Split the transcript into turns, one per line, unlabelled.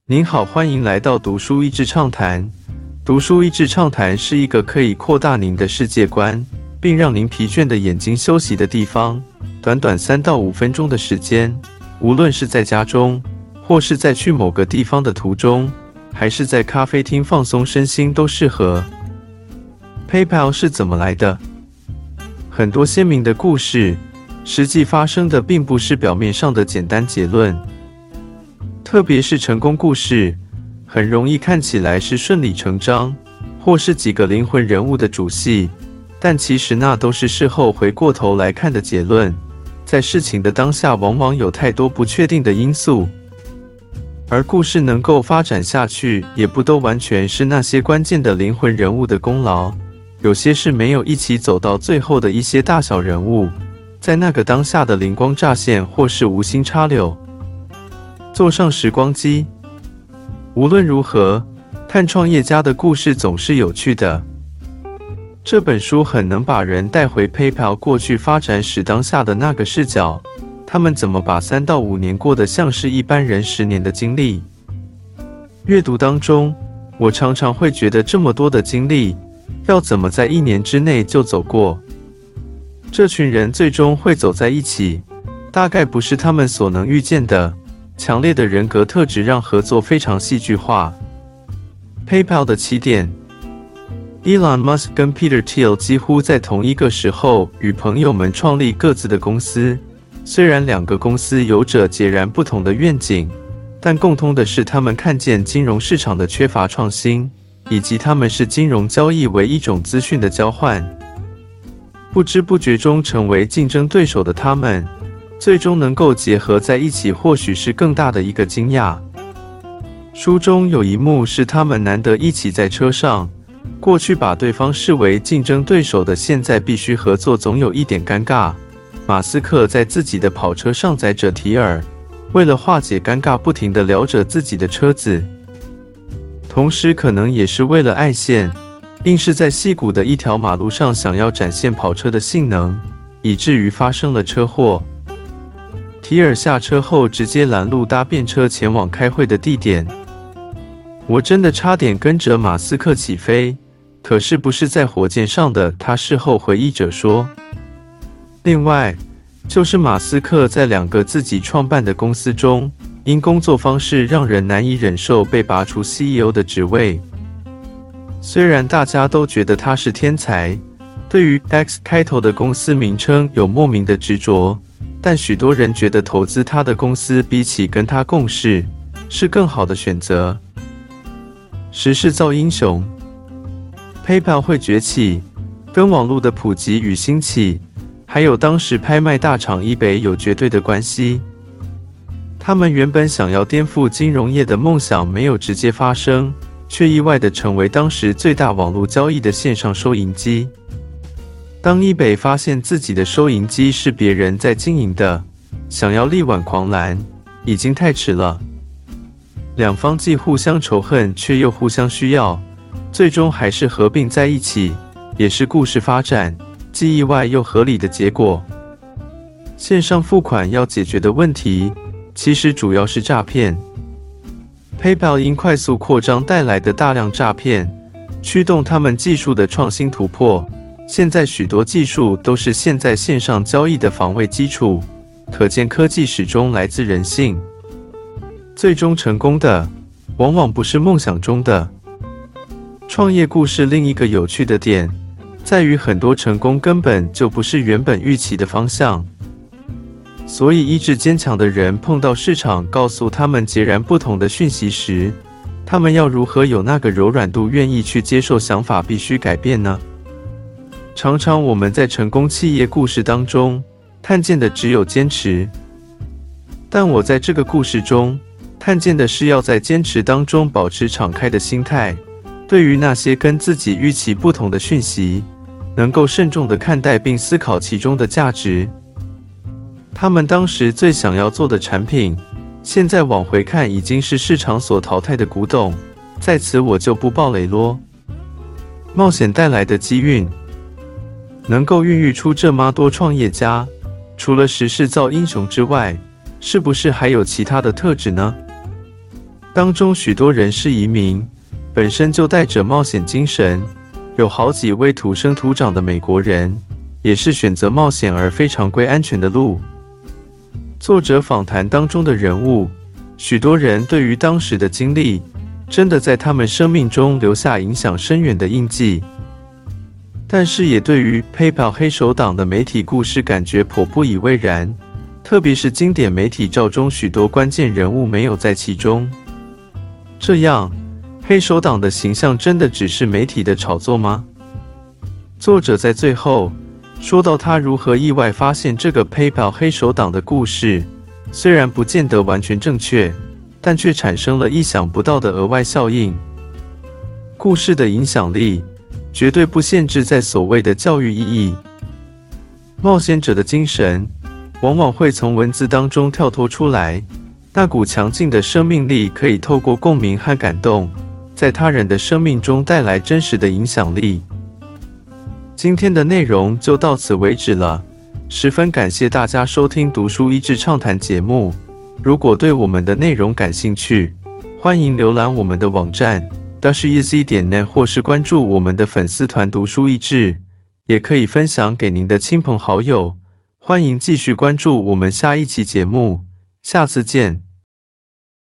您好，欢迎来到读书益智畅谈。读书益智畅谈是一个可以扩大您的世界观，并让您疲倦的眼睛休息的地方。短短3到5分钟的时间，无论是在家中，或是在去某个地方的途中，还是在咖啡厅放松身心都适合。PayPal 是怎么来的？很多鲜明的故事，实际发生的并不是表面上的简单结论。特别是成功故事，很容易看起来是顺理成章，或是几个灵魂人物的主戏，但其实那都是事后回过头来看的结论。在事情的当下，往往有太多不确定的因素，而故事能够发展下去，也不都完全是那些关键的灵魂人物的功劳，有些是没有一起走到最后的一些大小人物，在那个当下的灵光乍现，或是无心插柳。坐上时光机。无论如何，看创业家的故事总是有趣的。这本书很能把人带回 PayPal 过去发展史当下的那个视角，他们怎么把3到5年过得像是一般人10年的经历。阅读当中，我常常会觉得这么多的经历，要怎么在1年之内就走过？这群人最终会走在一起，大概不是他们所能预见的。强烈的人格特质让合作非常戏剧化。PayPal 的起点 ，Elon Musk 跟 Peter Thiel 几乎在同一个时候与朋友们创立各自的公司。虽然2个公司有着截然不同的愿景，但共通的是他们看见金融市场的缺乏创新，以及他们视金融交易为一种资讯的交换。不知不觉中成为竞争对手的他们，最终能够结合在一起，或许是更大的一个惊讶。书中有一幕是他们难得一起在车上，过去把对方视为竞争对手的，现在必须合作，总有一点尴尬。马斯克在自己的跑车上载着提尔，为了化解尴尬，不停地聊着自己的车子，同时可能也是为了爱线，硬是在矽谷的一条马路上想要展现跑车的性能，以至于发生了车祸。提尔下车后直接拦路搭便车前往开会的地点。我真的差点跟着马斯克起飞，可是不是在火箭上的，他事后回忆者说。另外，就是马斯克在2个自己创办的公司中，因工作方式让人难以忍受被拔除 CEO 的职位。虽然大家都觉得他是天才，对于 X 开头的公司名称有莫名的执着，但许多人觉得投资他的公司比起跟他共事是更好的选择。时势造英雄。 PayPal 会崛起，跟网络的普及与兴起，还有当时拍卖大厂eBay有绝对的关系。他们原本想要颠覆金融业的梦想没有直接发生，却意外地成为当时最大网络交易的线上收银机。当eBay发现自己的收银机是别人在经营的，想要力挽狂澜，已经太迟了。2方既互相仇恨，却又互相需要，最终还是合并在一起，也是故事发展既意外又合理的结果。线上付款要解决的问题，其实主要是诈骗。PayPal 因快速扩张带来的大量诈骗，驱动他们技术的创新突破。现在许多技术都是现在线上交易的防卫基础，可见科技始终来自人性。最终成功的，往往不是梦想中的。创业故事另一个有趣的点，在于很多成功根本就不是原本预期的方向。所以意志坚强的人碰到市场告诉他们截然不同的讯息时，他们要如何有那个柔软度，愿意去接受想法必须改变呢？常常我们在成功企业故事当中看见的只有坚持，但我在这个故事中看见的是要在坚持当中保持敞开的心态，对于那些跟自己预期不同的讯息，能够慎重地看待并思考其中的价值。他们当时最想要做的产品，现在往回看已经是市场所淘汰的古董，在此我就不爆雷咯。冒险带来的机运，能够孕育出这么多创业家，除了时势造英雄之外，是不是还有其他的特质呢？ 当中许多人是移民，本身就带着冒险精神，有好几位土生土长的美国人，也是选择冒险而非常规安全的路。作者访谈当中的人物，许多人对于当时的经历，真的在他们生命中留下影响深远的印记。但是也对于 PayPal 黑手党的媒体故事感觉颇不以为然，特别是经典媒体照中许多关键人物没有在其中。这样，黑手党的形象真的只是媒体的炒作吗？作者在最后说到他如何意外发现这个 PayPal 黑手党的故事，虽然不见得完全正确，但却产生了意想不到的额外效应。故事的影响力绝对不限制在所谓的教育意义。冒险者的精神往往会从文字当中跳脱出来，那股强劲的生命力可以透过共鸣和感动，在他人的生命中带来真实的影响力。今天的内容就到此为止了，十分感谢大家收听读书益智畅谈节目。如果对我们的内容感兴趣，欢迎浏览我们的网站dashez.net 或是关注我们的粉丝团读书益智，也可以分享给您的亲朋好友。欢迎继续关注我们下一期节目，下次见。